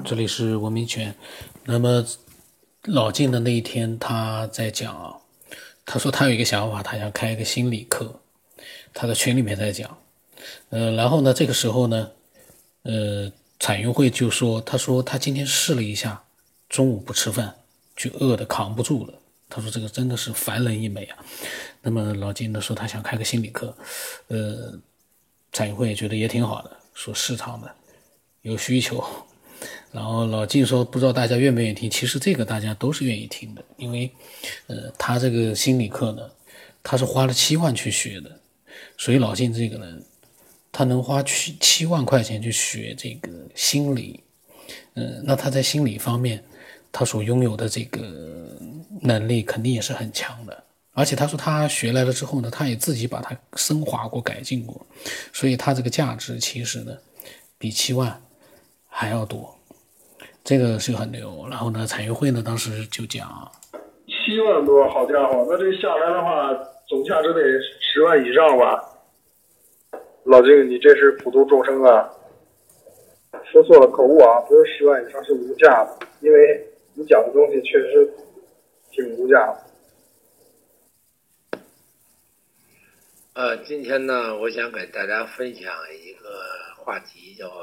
这里是文明圈。那么老晋的那一天他在讲啊，他说他有一个想法，他想开一个心理课，他在群里面在讲。然后呢这个时候呢彩云会就说，他说他今天试了一下，中午不吃饭就饿得扛不住了，他说这个真的是凡人一美啊。那么老晋呢说他想开个心理课，彩云会也觉得也挺好的，说市场的有需求。然后老晋说不知道大家愿不愿意听，其实这个大家都是愿意听的，因为他这个心理课呢，他是花了7万去学的，所以老晋这个人他能花7万块钱去学这个心理，那他在心理方面他所拥有的这个能力肯定也是很强的。而且他说他学来了之后呢，他也自己把它升华过改进过，所以他这个价值其实呢比7万还要多，这个是很牛。然后呢彩云会呢当时就讲 7万多，好家伙，那这下来的话总价值得10万以上吧。老金，你这是普度众生啊，说错了，口误啊，不是10万以上，是无价的，因为你讲的东西确实挺无价的。 今天呢，我想给大家分享一个话题，叫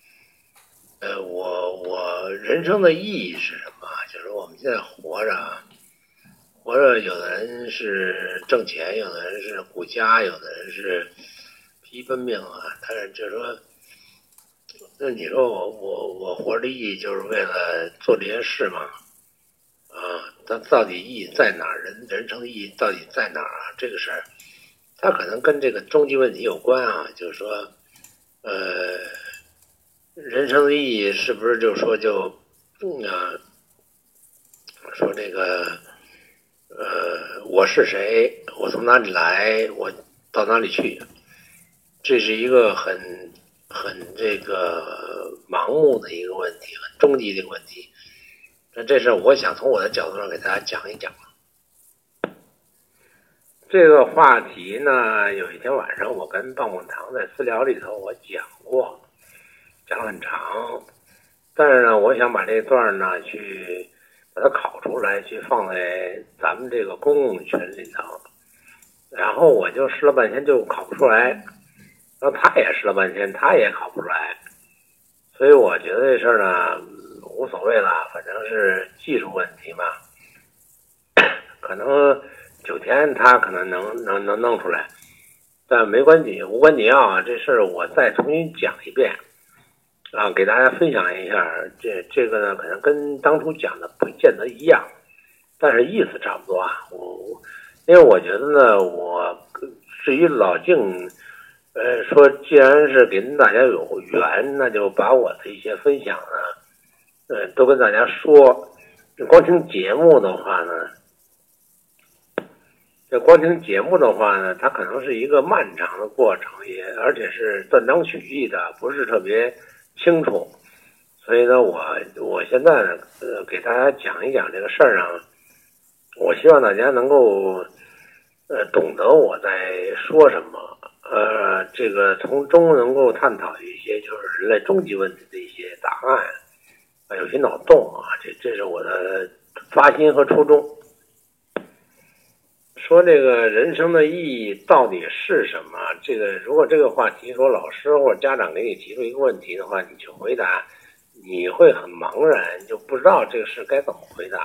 我人生的意义是什么？就是我们现在活着，有的人是挣钱，有的人是顾家，有的人是疲于奔命啊。但是就是说，那你说我活着的意义就是为了做这些事嘛？它到底意义在哪儿？人生的意义到底在哪儿啊？这个事儿。它可能跟这个终极问题有关啊，就是说，人生的意义是不是就是说说这个，我是谁，我从哪里来，我到哪里去，这是一个很这个盲目的一个问题，很终极的一个问题。那这是我想从我的角度上给大家讲一讲。这个话题呢，有一天晚上我跟棒棒糖在私聊里头我讲过，讲很长，但是呢，我想把这段呢去把它拷出来，去放在咱们这个公共群里头，然后我就试了半天就拷不出来，然后他也试了半天，他也拷不出来，所以我觉得这事儿呢无所谓了，反正是技术问题嘛，可能9天他可能能弄出来，但没关系，无关紧要啊。这事儿我再重新讲一遍啊，给大家分享一下。这个呢，可能跟当初讲的不见得一样，但是意思差不多啊。因为我觉得呢，我至于老静，说既然是跟大家有缘，那就把我的一些分享呢，都跟大家说。光听节目的话呢。光听节目的话呢，它可能是一个漫长的过程，而且是断章取义的，不是特别清楚。所以呢，我现在呢，给大家讲一讲这个事儿啊，我希望大家能够懂得我在说什么，这个从中能够探讨一些就是人类终极问题的一些答案，有些脑洞啊，这是我的发心和初衷。说这个人生的意义到底是什么？这个如果这个话题说老师或者家长给你提出一个问题的话，你去回答，你会很茫然，就不知道这个事该怎么回答。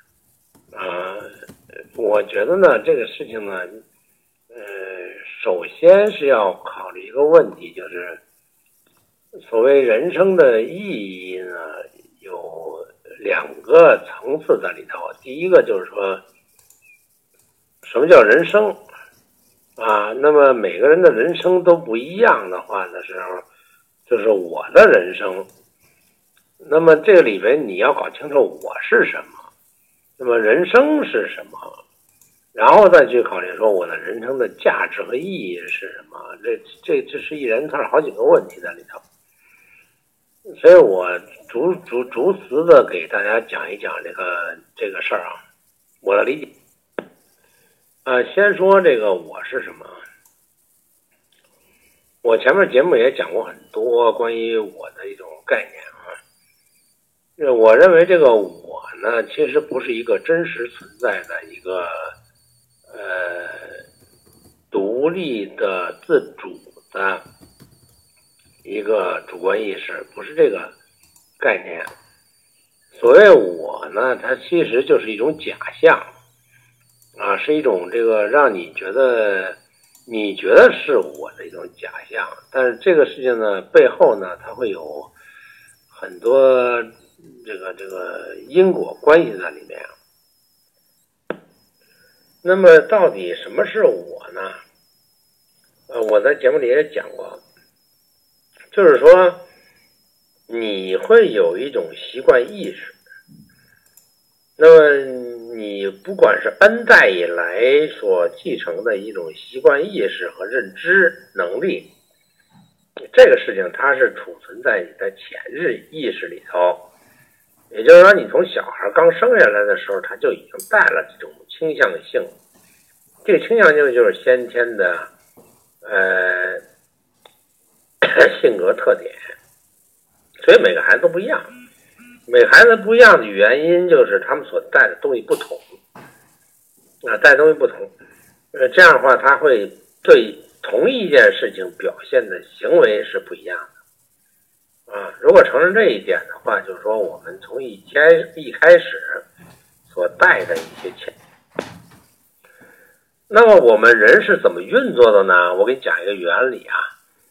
我觉得呢，这个事情呢，首先是要考虑一个问题，就是所谓人生的意义呢，有2个层次在里头。第一个就是说，什么叫人生啊？那么每个人的人生都不一样的话的时候，就是我的人生。那么这个里边你要搞清楚我是什么，那么人生是什么，然后再去考虑说我的人生的价值和意义是什么。这是一连串好几个问题在里头。所以我逐词的给大家讲一讲这个事儿啊，我的理解。先说这个我是什么。我前面节目也讲过很多关于我的一种概念啊， 我认为这个我呢，其实不是一个真实存在的一个独立的自主的一个主观意识，不是这个概念。所谓我呢，它其实就是一种假象啊，是一种这个让你觉得是我的一种假象。但是这个事情呢，背后呢，它会有很多这个因果关系在里面。那么到底什么是我呢？我在节目里也讲过，就是说你会有一种习惯意识，那么你不管是 N 代以来所继承的一种习惯意识和认知能力，这个事情它是储存在你的潜意识里头。也就是说，你从小孩刚生下来的时候，他就已经带了这种倾向性。这个倾向性就是先天的性格特点，所以每个孩子都不一样。每个孩子不一样的原因就是他们所带的东西不同带的东西不同。这样的话，他会对同一件事情表现的行为是不一样的。如果承认这一点的话，就是说我们从一开始所带的一些潜。那么我们人是怎么运作的呢？我给你讲一个原理啊，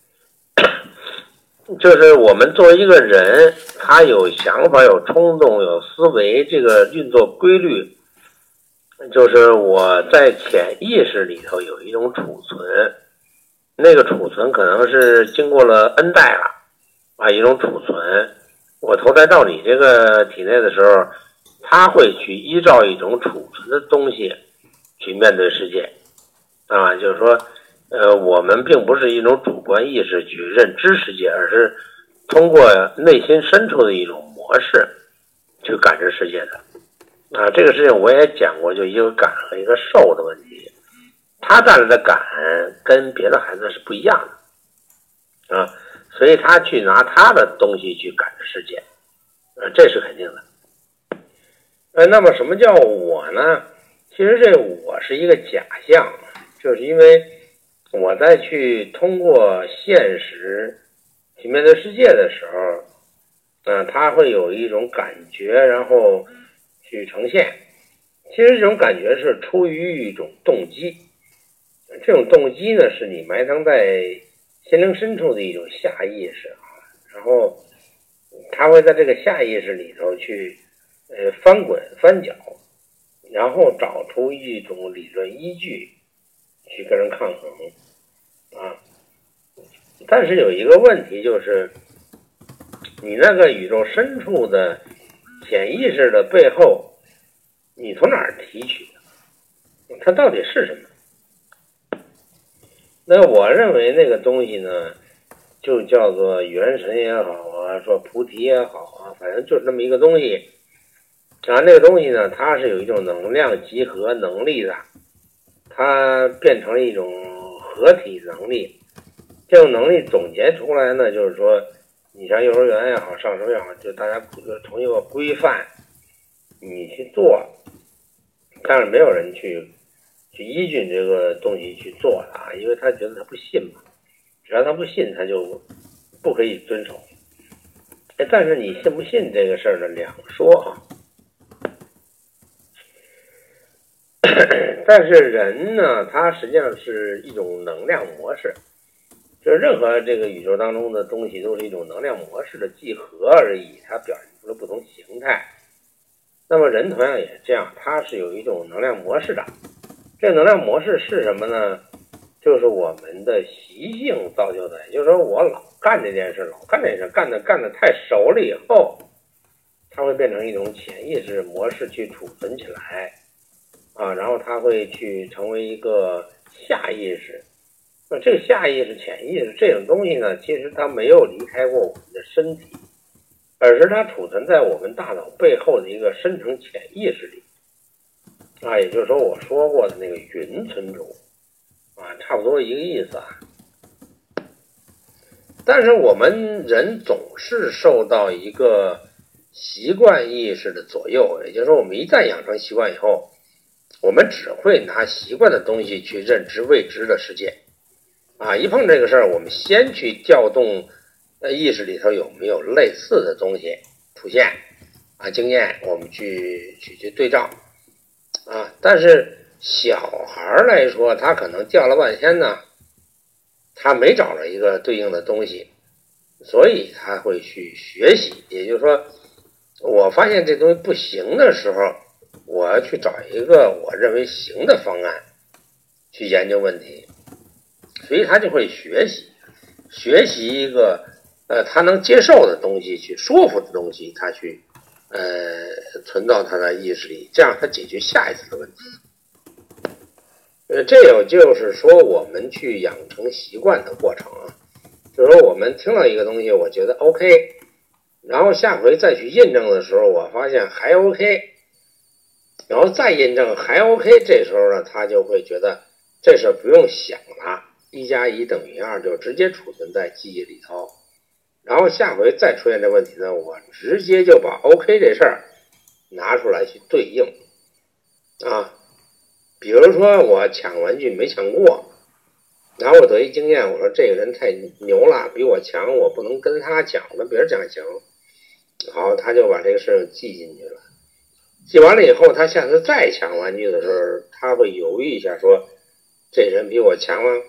就是我们作为一个人，他有想法、有冲动、有思维，这个运作规律，就是我在潜意识里头有一种储存，那个储存可能是经过了 N 代了一种储存。我投胎到你这个体内的时候，他会去依照一种储存的东西去面对世界就是说我们并不是一种主观意识去认知世界，而是通过内心深处的一种模式去感知世界的这个事情我也讲过，就一个感和一个受的问题，他带来的感跟别的孩子是不一样的所以他去拿他的东西去感知世界这是肯定的那么什么叫我呢？其实这我是一个假象，就是因为我在去通过现实去面对世界的时候它会有一种感觉，然后去呈现。其实这种感觉是出于一种动机，这种动机呢是你埋藏在心灵深处的一种下意识然后它会在这个下意识里头去翻滚翻搅，然后找出一种理论依据去跟人抗衡但是有一个问题，就是你那个宇宙深处的潜意识的背后，你从哪儿提取的？它到底是什么？那我认为那个东西呢，就叫做元神也好说菩提也好反正就是那么一个东西那个东西呢，它是有一种能量集合能力的，它变成了一种合体能力。这种能力总结出来呢，就是说你像幼儿园也好，上学也好，就大家从一个规范你去做，但是没有人去依据这个东西去做了因为他觉得他不信嘛，只要他不信他就不可以遵守但是你信不信这个事儿呢两说但是人呢，他实际上是一种能量模式，就是任何这个宇宙当中的东西都是一种能量模式的集合而已，它表现出了不同形态。那么人同样也是这样，它是有一种能量模式的。这个能量模式是什么呢？就是我们的习性造就的。也就是说，我老干这件事，干的太熟了以后，它会变成一种潜意识模式去储存起来然后它会去成为一个下意识。那这个下意识、潜意识这种东西呢，其实它没有离开过我们的身体，而是它储存在我们大脑背后的一个深层潜意识里也就是说我说过的那个云存储差不多一个意思但是我们人总是受到一个习惯意识的左右，也就是说我们一旦养成习惯以后，我们只会拿习惯的东西去认知未知的世界一碰这个事儿，我们先去调动意识里头有没有类似的东西出现经验，我们去对照但是小孩来说，他可能调了半天呢，他没找着一个对应的东西，所以他会去学习。也就是说，我发现这东西不行的时候，我要去找一个我认为行的方案去研究问题，所以他就会学习一个他能接受的东西，去说服的东西，他去存到他的意识里，这样他解决下一次的问题。这也就是说我们去养成习惯的过程就是说我们听到一个东西我觉得 OK， 然后下回再去印证的时候我发现还 OK， 然后再印证还 OK， 这时候呢他就会觉得这事不用想了，1+1等于2就直接储存在记忆里头，然后下回再出现这问题呢，我直接就把 OK 这事儿拿出来去对应比如说我抢玩具没抢过，然后我得一经验，我说这个人太牛了，比我强，我不能跟他抢，跟别人抢行。好，他就把这个事儿记进去了。记完了以后，他下次再抢玩具的时候，他会犹豫一下，说这人比我强吗？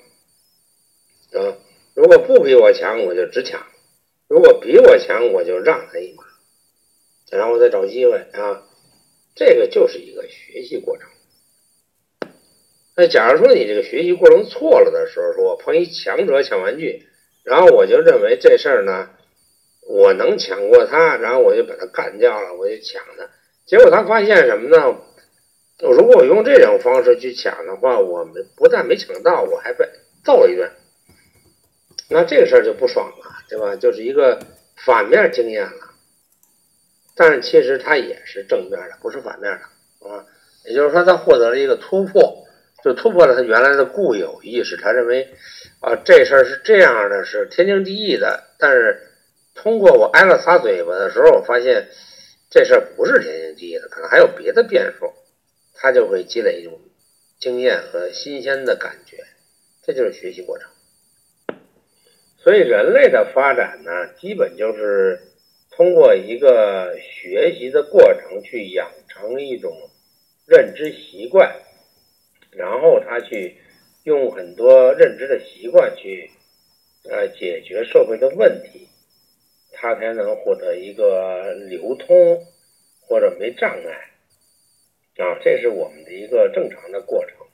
如果不比我强，我就只抢；如果比我强，我就让他一马，然后再找机会这个就是一个学习过程。那假如说你这个学习过程错了的时候，说我碰一强者抢玩具，然后我就认为这事儿呢，我能抢过他，然后我就把他干掉了，我就抢他。结果他发现什么呢？如果我用这种方式去抢的话，我们不但没抢到，我还被揍一顿。那这个事儿就不爽了，对吧？就是一个反面经验了。但是其实它也是正面的，不是反面的也就是说，他获得了一个突破。就突破了他原来的固有意识，他认为这事儿是这样的，是天经地义的。但是通过我挨了仨嘴巴的时候，我发现这事儿不是天经地义的，可能还有别的变数，他就会积累一种经验和新鲜的感觉，这就是学习过程。所以人类的发展呢，基本就是通过一个学习的过程去养成一种认知习惯，然后他去用很多认知的习惯去解决社会的问题，他才能获得一个流通或者没障碍这是我们的一个正常的过程。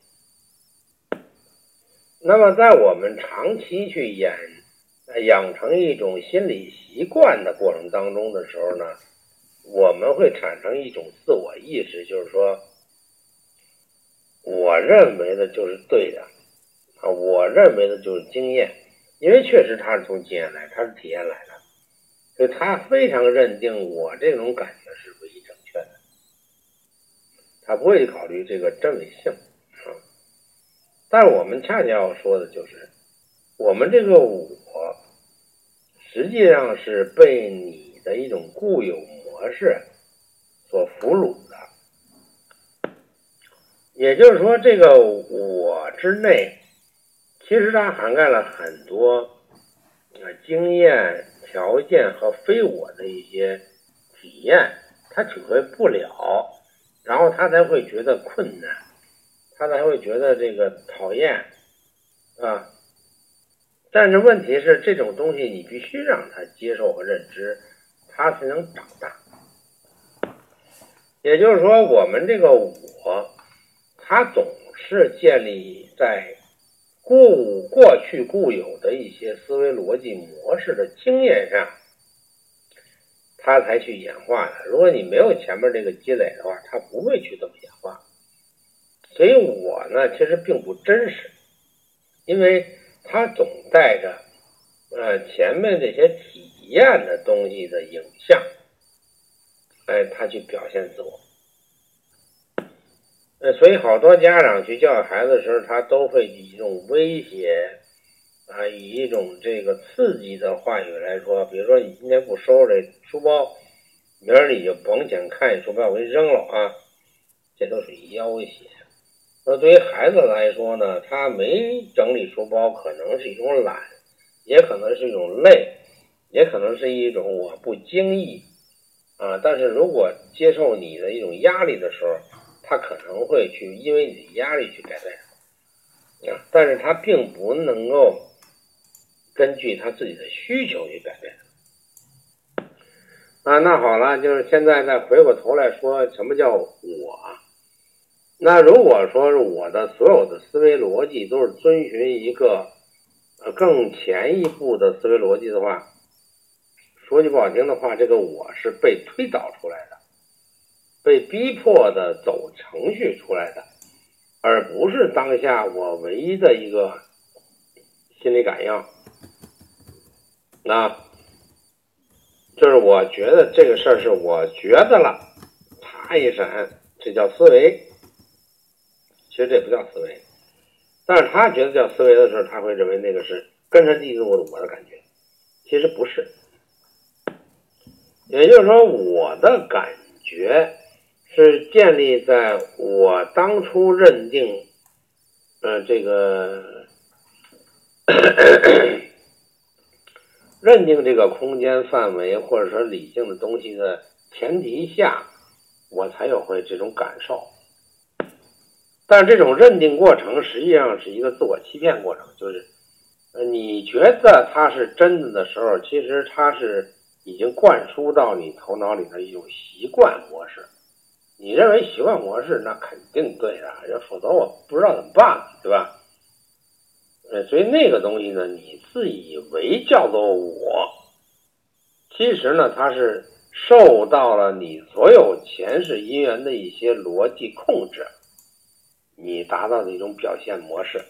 那么在我们长期去养成一种心理习惯的过程当中的时候呢，我们会产生一种自我意识，就是说我认为的就是对的我认为的就是经验，因为确实他是从经验来，他是体验来的，所以他非常认定我这种感觉是唯一正确的，他不会考虑这个真伪性但是我们恰恰要说的就是我们这个我实际上是被你的一种固有模式所俘虏的。也就是说，这个我之内其实它涵盖了很多经验、条件和非我的一些体验，他体会不了，然后他才会觉得困难，他才会觉得这个讨厌但是问题是，这种东西你必须让他接受和认知，他才能长大。也就是说，我们这个我，它总是建立在过去固有的一些思维逻辑模式的经验上，它才去演化的。如果你没有前面这个积累的话，它不会去这么演化。所以我呢，其实并不真实，因为它总带着前面这些体验的东西的影像，它去表现自我。所以好多家长去教育孩子的时候，他都会以一种威胁以一种这个刺激的话语来说，比如说你今天不收拾这书包明儿你就甭想看书包给扔了啊，这都属于要挟。那对于孩子来说呢，他没整理书包可能是一种懒，也可能是一种累，也可能是一种我不经意啊。但是如果接受你的一种压力的时候，他可能会去因为你的压力去改变啊，但是他并不能够根据他自己的需求去改变啊。那好了，就是现在再回过头来说，什么叫我？那如果说是我的所有的思维逻辑都是遵循一个更前一步的思维逻辑的话，说句不好听的话，这个我是被推导出来的，被逼迫的走程序出来的，而不是当下我唯一的一个心理感应啊。就是我觉得这个事儿是我觉得了，啪一闪，这叫思维。其实这不叫思维，但是他觉得叫思维的时候，他会认为那个是根深蒂固的我的感觉，其实不是。也就是说，我的感觉是建立在我当初认定，这个认定这个空间范围或者说理性的东西的前提下，我才有会这种感受。但是这种认定过程实际上是一个自我欺骗过程，就是你觉得它是真的的时候，其实它是已经灌输到你头脑里的一种习惯模式。你认为习惯模式那肯定对的，否则我不知道怎么办，对吧？所以那个东西呢，你自以为叫做我，其实呢它是受到了你所有前世因缘的一些逻辑控制，你达到的一种表现模式。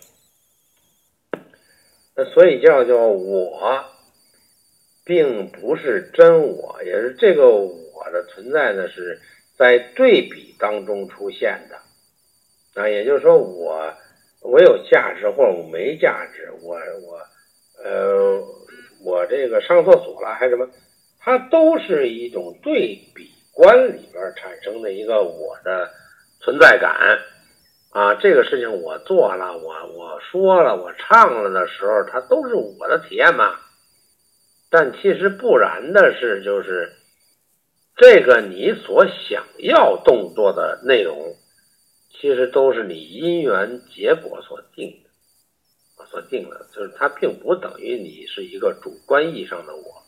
那所以叫做我并不是真我，也是这个我的存在呢是在对比当中出现的啊。也就是说我有价值或者我没价值，我这个上厕所了还是什么，它都是一种对比观里边产生的一个我的存在感啊。这个事情我做了，我说了，我唱了的时候，它都是我的体验嘛。但其实不然的是，就是这个你所想要动作的内容，其实都是你因缘结果所定的，就是它并不等于你是一个主观意义上的我。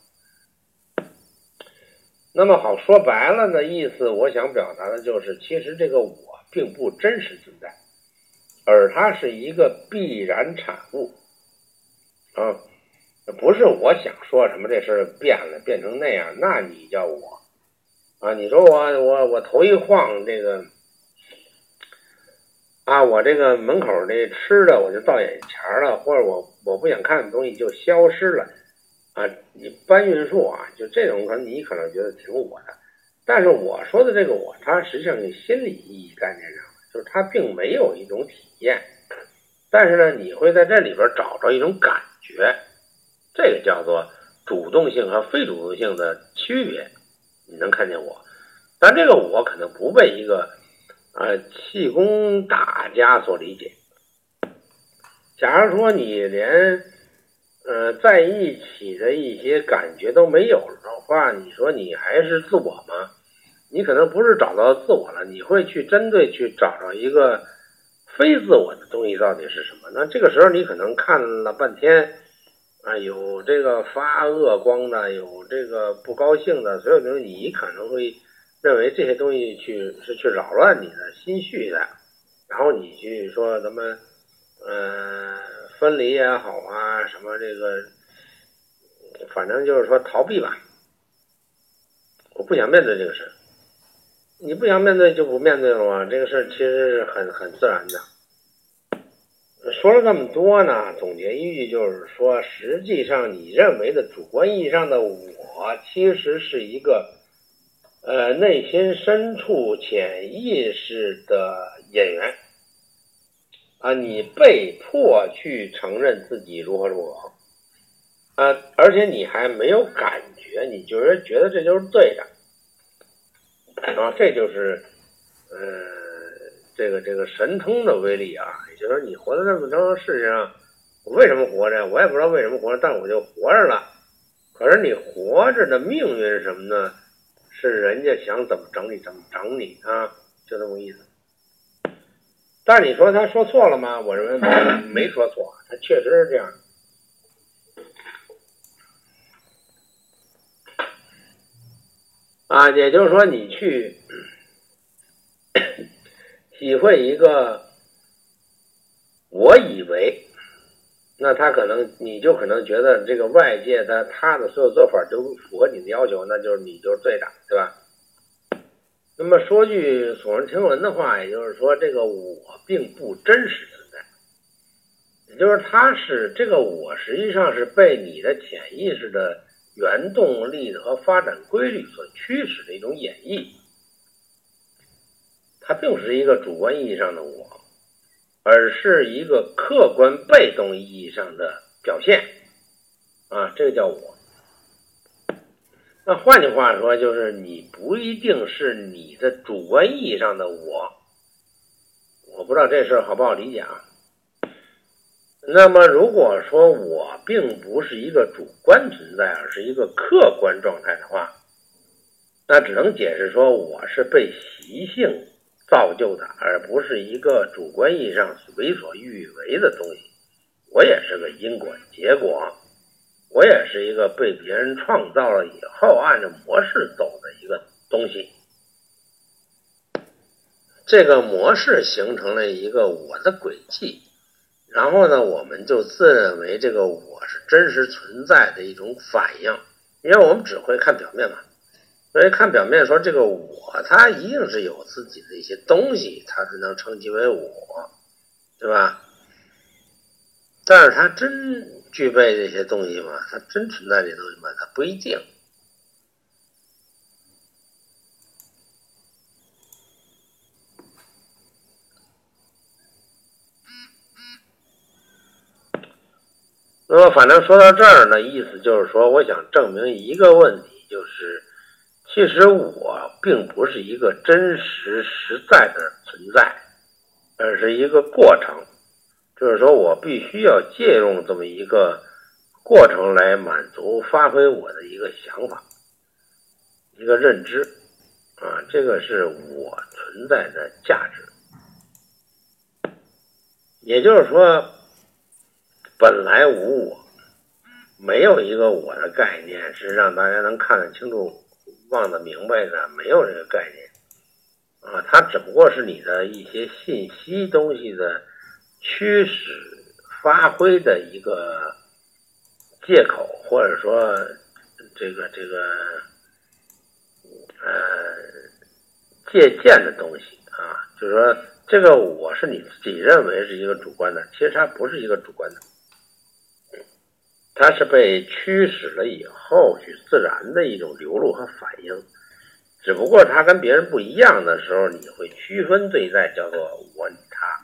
那么好，说白了呢，意思我想表达的就是，其实这个我并不真实存在，而它是一个必然产物啊。不是我想说什么这事儿变成那样，那你叫我啊？你说我头一晃这个啊，我这个门口这吃的我就到眼前了，或者我不想看的东西就消失了啊。你搬运输啊，就这种可能你可能觉得挺我的，但是我说的这个我，它实际上是心理意义概念上，就是它并没有一种体验，但是呢，你会在这里边找着一种感觉。这个叫做主动性和非主动性的区别，你能看见我，但这个我可能不被一个气功大家所理解。假如说你连在一起的一些感觉都没有了的话，你说你还是自我吗？你可能不是找到自我了，你会去针对去找到一个非自我的东西到底是什么。那这个时候你可能看了半天啊，有这个发恶光的，有这个不高兴的，所有东西你可能会认为这些东西是去扰乱你的心绪的，然后你去说咱们分离也好啊，什么这个反正就是说逃避吧，我不想面对这个事，你不想面对就不面对了嘛，这个事其实是很自然的。说了这么多呢，总结一句就是说，实际上你认为的主观意义上的我，其实是一个内心深处潜意识的演员啊，你被迫去承认自己如何啊，而且你还没有感觉，你就是觉得这就是对的啊，这就是这个神通的威力啊。也就是说，你活在这么长世界上，我为什么活着？我也不知道为什么活着，但我就活着了。可是你活着的命运是什么呢？是人家想怎么整你怎么整你啊，就这么意思。但是你说他说错了吗？我认为没说错，他确实是这样。啊，也就是说你去体会一个我以为，那他可能你就可能觉得这个外界他的所有做法都符合你的要求，那就是你就是对的，对吧？那么说句耸人听闻的话，也就是说这个我并不真实存在，也就是这个我实际上是被你的潜意识的原动力和发展规律所驱使的一种演绎，它并不是一个主观意义上的我，而是一个客观被动意义上的表现啊，这个叫我。那换句话说，就是你不一定是你的主观意义上的我不知道这事儿好不好理解啊。那么如果说我并不是一个主观存在，而是一个客观状态的话，那只能解释说我是被习性造就的，而不是一个主观意义上为所欲为的东西。我也是个因果结果，我也是一个被别人创造了以后按照模式走的一个东西。这个模式形成了一个我的轨迹，然后呢，我们就自认为这个我是真实存在的一种反应，因为我们只会看表面嘛。所以看表面说这个我，它一定是有自己的一些东西，它是能称其为我，对吧？但是它真具备这些东西吗？它真存在这些东西吗？它不一定。那么反正说到这儿呢，意思就是说，我想证明一个问题，就是其实我并不是一个真实实在的存在，而是一个过程。就是说我必须要借用这么一个过程来满足发挥我的一个想法，一个认知啊，这个是我存在的价值。也就是说，本来无我，没有一个我的概念是让大家能看得清楚、望得明白的，没有这个概念啊，它只不过是你的一些信息东西的驱使发挥的一个借口，或者说借鉴的东西啊，就是说这个我是你自己认为是一个主观的，其实它不是一个主观的，它是被驱使了以后去自然的一种流露和反应，只不过它跟别人不一样的时候，你会区分对待，叫做我你他。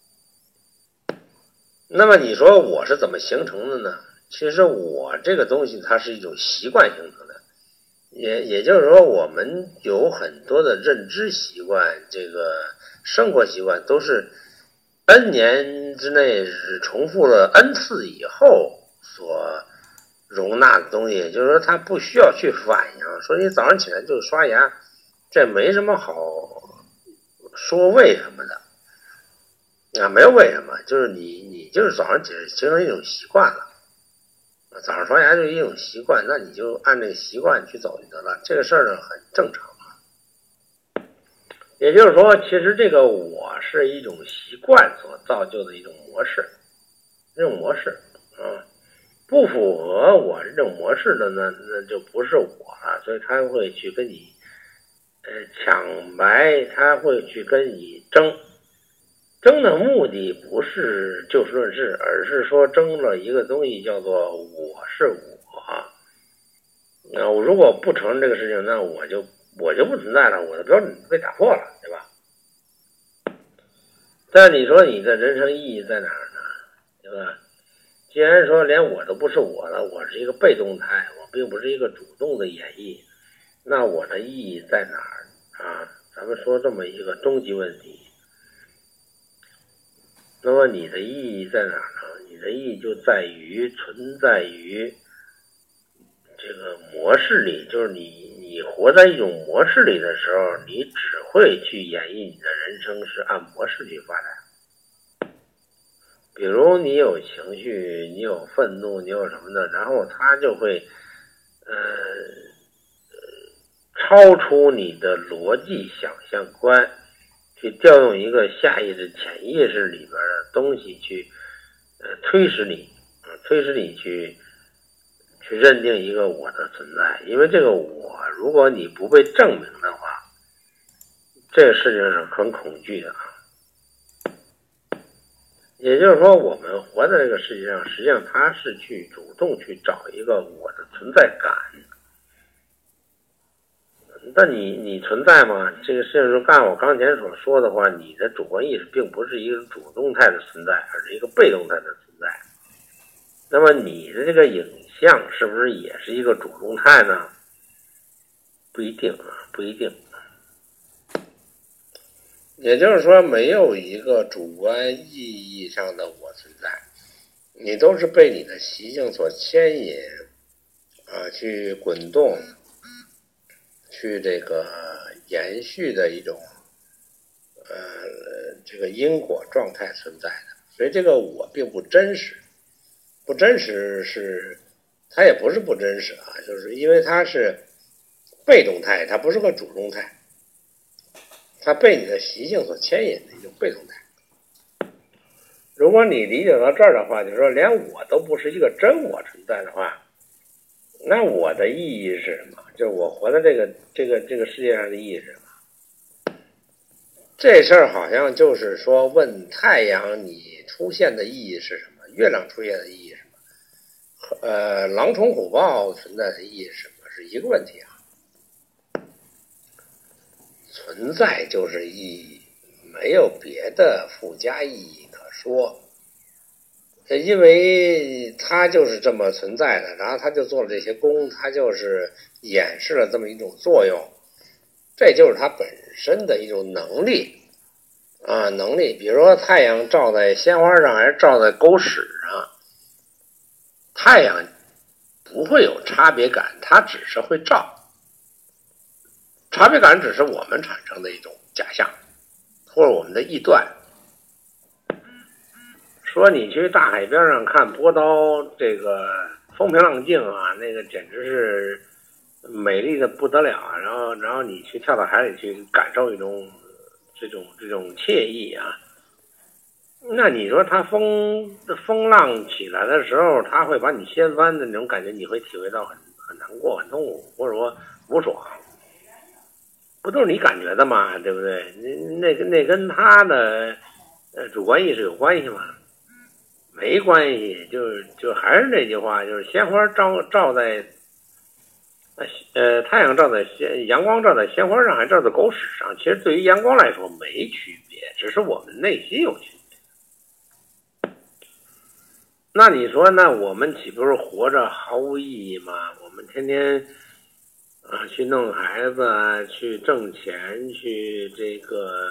那么你说我是怎么形成的呢？其实我这个东西它是一种习惯形成的，也就是说我们有很多的认知习惯，这个生活习惯都是 N 年之内是重复了 N 次以后所容纳的东西，也就是说它不需要去反应，说你早上起来就刷牙，这没什么好说为什么的啊，没有为什么，就是你就是早上起来形成一种习惯了，早上刷牙就是一种习惯，那你就按这个习惯去走就得了，这个事儿呢很正常啊。也就是说，其实这个我是一种习惯所造就的一种模式，这种模式啊，不符合我这种模式的呢，那就不是我了，所以他会去跟你抢白，他会去跟你争。争的目的不是就事论事，而是说争了一个东西叫做我是我。那我如果不承认这个事情，那我就不存在了，我的标准被打破了，对吧？但你说你的人生意义在哪儿呢？对吧？既然说连我都不是我了，我是一个被动态，我并不是一个主动的演绎，那我的意义在哪儿啊？ 咱们说这么一个终极问题。那么你的意义在哪呢？你的意义就在于存在于这个模式里，就是你活在一种模式里的时候，你只会去演绎你的人生是按模式去发展。比如你有情绪，你有愤怒，你有什么的，然后它就会超出你的逻辑想象观，去调用一个下意识潜意识里边的东西去推使你去认定一个我的存在。因为这个我如果你不被证明的话，这个事情是很恐惧的。也就是说我们活在这个世界上，实际上它是去主动去找一个我的存在感。但你存在吗？这个事情就按我刚才所说的话，你的主观意识并不是一个主动态的存在，而是一个被动态的存在。那么你的这个影像是不是也是一个主动态呢？不一定啊，不一定。也就是说，没有一个主观意义上的我存在，你都是被你的习性所牵引去滚动，去这个延续的一种这个因果状态存在的。所以这个我并不真实，不真实是它也不是不真实啊，就是因为它是被动态，它不是个主动态，它被你的习性所牵引的一种被动态。如果你理解到这儿的话，就是说连我都不是一个真我存在的话，那我的意义是什么？就是我活在这个世界上的意义是什么？这事儿好像就是说问太阳你出现的意义是什么，月亮出现的意义是什么，狼虫虎豹存在的意义是什么，是一个问题啊。存在就是意义，没有别的附加意义可说。因为它就是这么存在的，然后它就做了这些功，它就是演示了这么一种作用，这就是它本身的一种能力啊，能力。比如说太阳照在鲜花上还是照在狗屎上，太阳不会有差别感，它只是会照，差别感只是我们产生的一种假象或者我们的臆断。说你去大海边上看波涛，这个风平浪静啊，那个简直是美丽的不得了啊！然后你去跳到海里去感受一种这种惬意啊。那你说它风浪起来的时候，它会把你掀翻的那种感觉，你会体会到很难过、很痛苦，或者说不爽，不都是你感觉的吗？对不对？那跟他的主观意识有关系吗？没关系，就还是那句话，就是鲜花照在太阳照在阳光照在鲜花上，还照在狗屎上，其实对于阳光来说没区别，只是我们内心有区别。那你说，那我们岂不是活着毫无意义吗？我们天天去弄孩子啊，去挣钱，去这个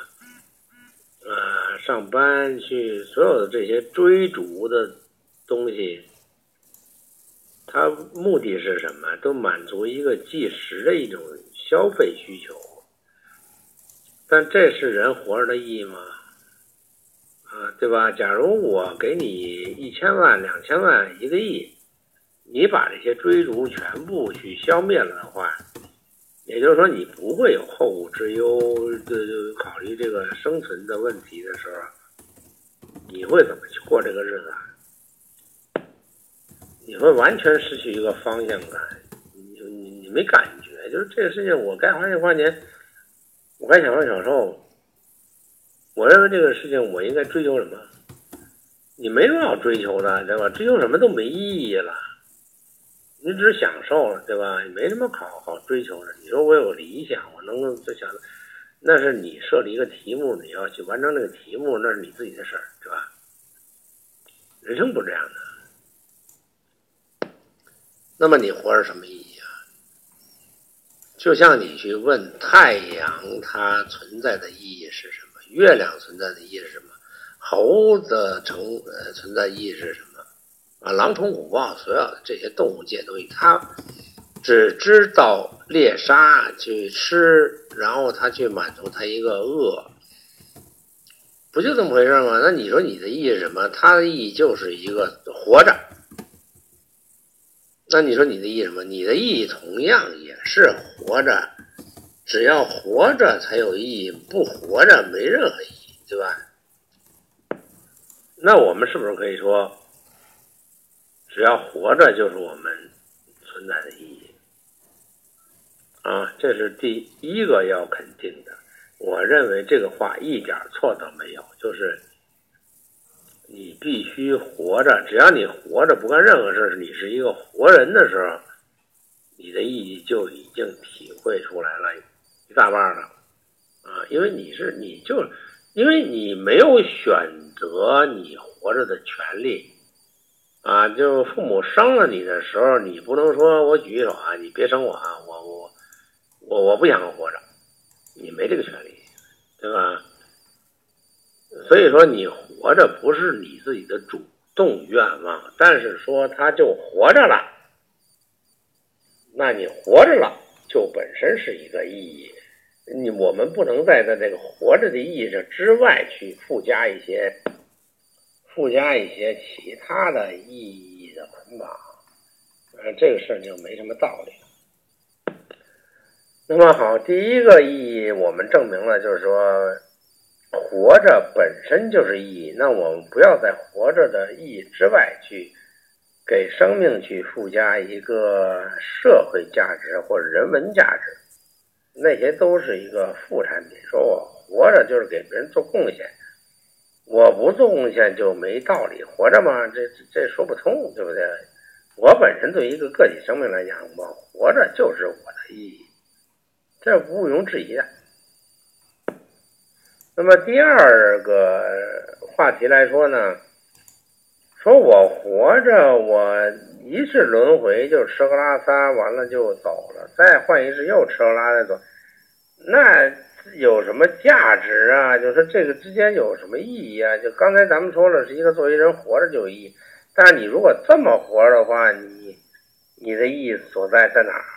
上班，去所有的这些追逐的东西，它目的是什么？都满足一个即时的一种消费需求。但这是人活着的意义吗？对吧？假如我给你1000万、2000万、1个亿，你把这些追逐全部去消灭了的话，也就是说你不会有后顾之忧，考虑这个生存的问题的时候，你会怎么去过这个日子啊？你会完全失去一个方向感，你没感觉。就是这个事情，我该花钱，我该享受，我认为这个事情我应该追求什么？你没什么好追求的，对吧？追求什么都没意义了，你只是享受了，对吧？你没什么好追求的。你说我有理想，我能够就想，那是你设立一个题目，你要去完成这个题目，那是你自己的事儿，对吧？人生不是这样的。那么你活着什么意义啊？ 就像你去问太阳它存在的意义是什么，月亮存在的意义是什么，猴子存在意义是什么啊？狼虫虎豹所有的这些动物界东西，它只知道猎杀去吃，然后它去满足它一个饿，不就这么回事吗？那你说你的意义是什么？它的意义就是一个活着。那你说你的意义什么？你的意义同样也是活着，只要活着才有意义，不活着没任何意义，对吧？那我们是不是可以说，只要活着就是我们存在的意义啊？这是第一个要肯定的。我认为这个话一点错都没有，就是你必须活着，只要你活着不干任何事，你是一个活人的时候，你的意义就已经体会出来了一大半了啊！因为因为你没有选择你活着的权利啊！就父母生了你的时候，你不能说我举手啊，你别生我啊，我不想活着，你没这个权利，对吧？所以说你活着不是你自己的主动愿望，但是说他就活着了，那你活着了就本身是一个意义，我们不能在这个活着的意义之外去附加一些其他的意义的捆绑，这个事就没什么道理。那么好，第一个意义我们证明了，就是说活着本身就是意义，那我们不要在活着的意义之外去给生命去附加一个社会价值或者人文价值，那些都是一个副产品。说我活着就是给别人做贡献，我不做贡献就没道理，活着嘛，这说不通，对不对？我本身对一个个体生命来讲，我活着就是我的意义，这毋庸置疑的。那么第二个话题来说呢，说我活着，我一世轮回就吃喝拉撒完了就走了，再换一世又吃喝拉撒走，那有什么价值啊？就说这个之间有什么意义啊？就刚才咱们说了，是一个作为人活着就有意义，但是你如果这么活的话，你的意义所在哪儿？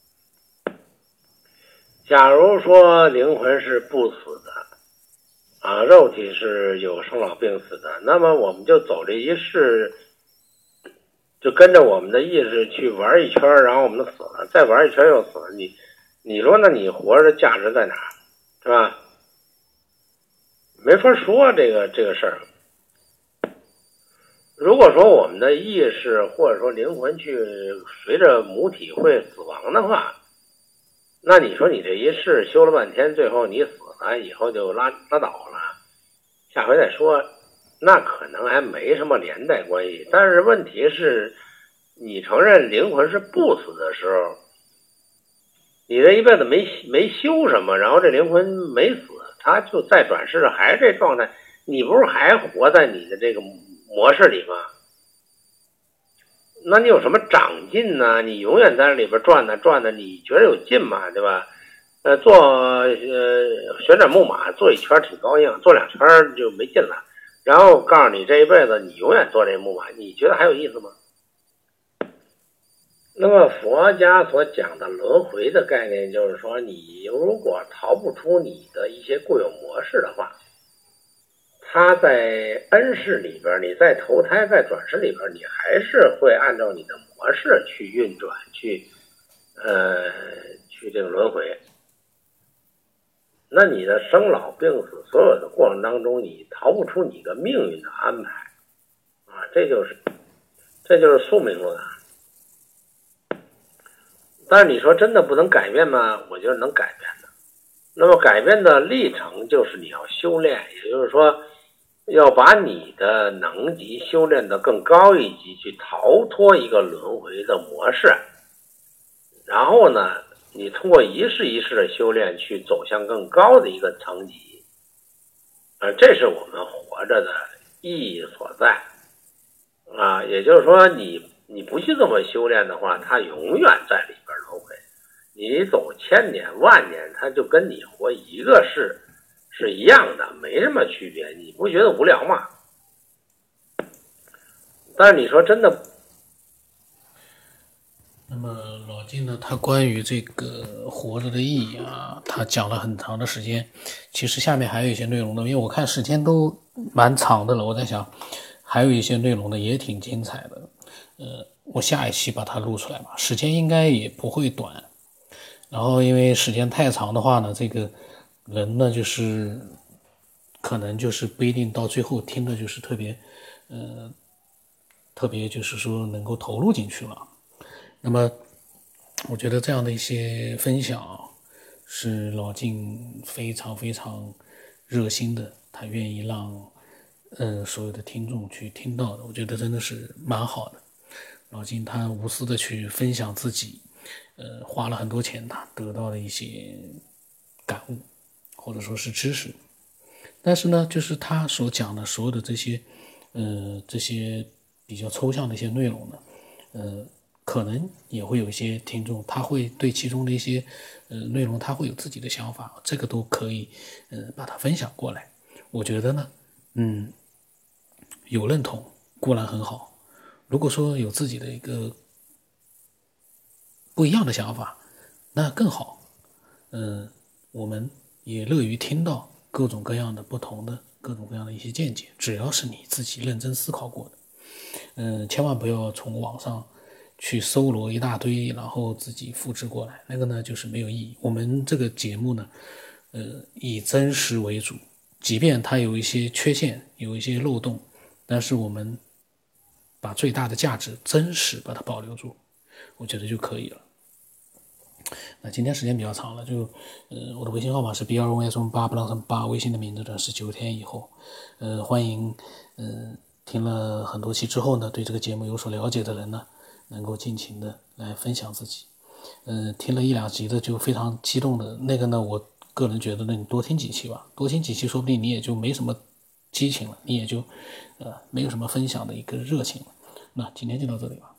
假如说灵魂是不死的啊，肉体是有生老病死的，那么我们就走这一世，就跟着我们的意识去玩一圈，然后我们死了，再玩一圈又死了。你说那你活着的价值在哪儿，是吧？没法说这个事儿。如果说我们的意识或者说灵魂去随着母体会死亡的话，那你说你这一世修了半天，最后你死了以后就拉倒了，下回再说，那可能还没什么连带关系。但是问题是，你承认灵魂是不死的时候，你这一辈子没修什么，然后这灵魂没死，他就再转世还是这状态，你不是还活在你的这个模式里吗？那你有什么长进呢？你永远在这里边转呢，你觉得有劲吗？对吧？旋转木马坐一圈挺高兴，坐两圈就没劲了。然后告诉你这一辈子你永远坐这木马，你觉得还有意思吗？那么佛家所讲的轮回的概念，就是说你如果逃不出你的一些固有模式的话，他在恩世里边，你在投胎在转世里边，你还是会按照你的模式去运转，去这个轮回。那你的生老病死所有的过程当中，你逃不出你的命运的安排啊，这就是宿命论啊。但是你说真的不能改变吗？我觉得能改变的。那么改变的历程就是你要修炼，也就是说要把你的能级修炼得更高一级，去逃脱一个轮回的模式。然后呢，你通过一世一世的修炼去走向更高的一个层级。这是我们活着的意义所在啊。也就是说你不去这么修炼的话，它永远在里边轮回。 你走千年万年，他就跟你活一个世是一样的，没什么区别，你不觉得无聊吗？但是你说真的， 那么老金呢，他关于这个活着的意义啊，他讲了很长的时间。其实下面还有一些内容呢，因为我看时间都蛮长的了，我在想还有一些内容呢也挺精彩的。我下一期把它录出来吧，时间应该也不会短。然后因为时间太长的话呢，这个人呢就是可能就是不一定到最后听的就是特别就是说能够投入进去了。那么我觉得这样的一些分享是老晋非常非常热心的，他愿意让所有的听众去听到的，我觉得真的是蛮好的。老晋他无私的去分享自己花了很多钱他得到的一些感悟或者说是知识，但是呢就是他所讲的所有的这些比较抽象的一些内容呢，可能也会有一些听众他会对其中的一些内容他会有自己的想法，这个都可以把它分享过来。我觉得呢有认同固然很好，如果说有自己的一个不一样的想法那更好。我们也乐于听到各种各样的不同的各种各样的一些见解，只要是你自己认真思考过的。千万不要从网上去搜罗一大堆然后自己复制过来，那个呢就是没有意义。我们这个节目呢以真实为主，即便它有一些缺陷有一些漏洞，但是我们把最大的价值真实把它保留住，我觉得就可以了。那今天时间比较长了，就我的微信号码是 BROS8 微信的名字呢是9天以后。欢迎听了很多期之后呢，对这个节目有所了解的人呢，能够尽情的来分享自己。听了1-2集的就非常激动的那个呢，我个人觉得呢，你多听几期吧，多听几期，说不定你也就没什么激情了，你也就没有什么分享的一个热情了。那今天就到这里吧。